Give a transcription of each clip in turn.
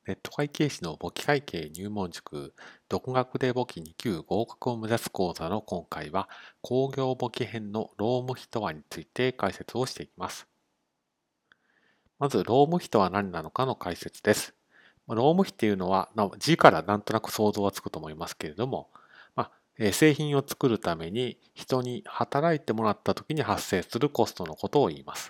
ネット会計士の簿記会計入門塾、独学で簿記2級合格を目指す講座の今回は、工業簿記編の労務費とはについて解説をしていきます。まず、労務費とは何なのかの解説です。労務費っていうのは、字からなんとなく想像はつくと思いますけれども、製品を作るために人に働いてもらった時に発生するコストのことを言います。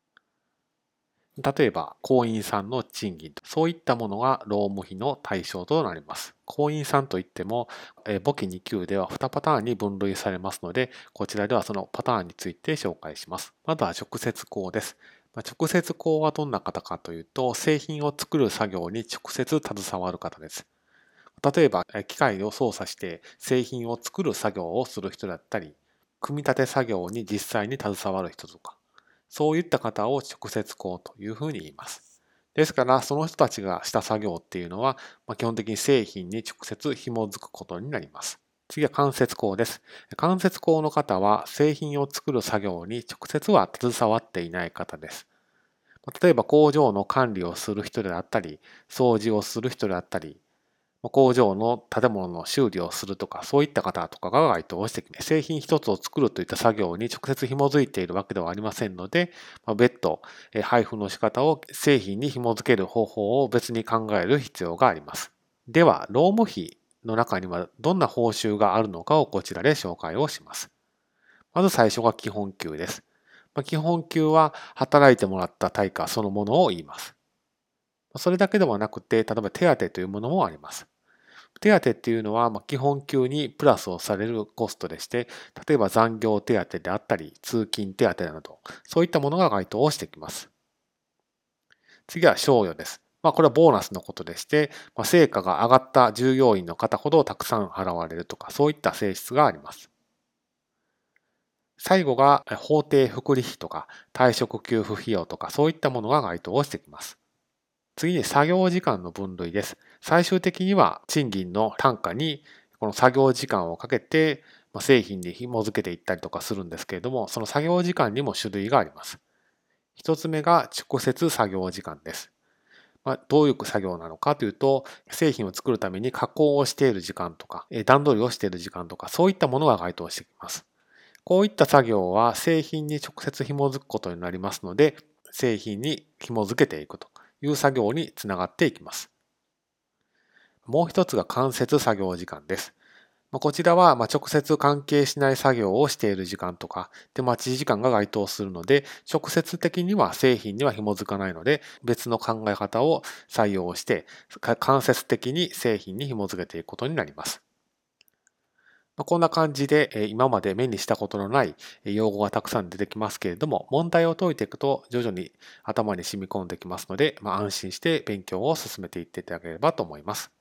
例えば、行員さんの賃金、そういったものが労務費の対象となります。行員さんといっても、簿記2級では2パターンに分類されますので、こちらではそのパターンについて紹介します。まずは直接工です。直接工はどんな方かというと、製品を作る作業に直接携わる方です。例えば、機械を操作して製品を作る作業をする人だったり、組み立て作業に実際に携わる人とか、そういった方を直接工というふうに言います。ですから、その人たちがした作業っていうのは、基本的に製品に直接紐づくことになります。次は間接工です。間接工の方は製品を作る作業に直接は携わっていない方です。例えば工場の管理をする人であったり、掃除をする人であったり、工場の建物の修理をするとか、そういった方とかが該当してきます。製品一つを作るといった作業に直接紐づいているわけではありませんので、別途配布の仕方を製品に紐づける方法を別に考える必要があります。では、労務費の中にはどんな報酬があるのかをこちらで紹介をします。まず最初が基本給です。基本給は働いてもらった対価そのものを言います。それだけではなくて、例えば手当というものもあります。手当っていうのは、基本給にプラスをされるコストでして、例えば残業手当であったり、通勤手当など、そういったものが該当をしてきます。次は賞与です。これはボーナスのことでして、成果が上がった従業員の方ほどたくさん払われるとか、そういった性質があります。最後が法定福利費とか退職給付費用とかそういったものが該当をしてきます。次に作業時間の分類です。最終的には賃金の単価にこの作業時間をかけて製品に紐付けていったりとかするんですけれども、その作業時間にも種類があります。一つ目が直接作業時間です。どういう作業なのかというと、製品を作るために加工をしている時間とか、段取りをしている時間とか、そういったものが該当してきます。こういった作業は製品に直接紐づくことになりますので、製品に紐づけていくという作業につながっていきます。もう一つが間接作業時間です。こちらは直接関係しない作業をしている時間とか手待ち時間が該当するので、直接的には製品には紐づかないので、別の考え方を採用して間接的に製品に紐づけていくことになります。こんな感じで今まで目にしたことのない用語がたくさん出てきますけれども、問題を解いていくと徐々に頭に染み込んできますので、安心して勉強を進めていっていただければと思います。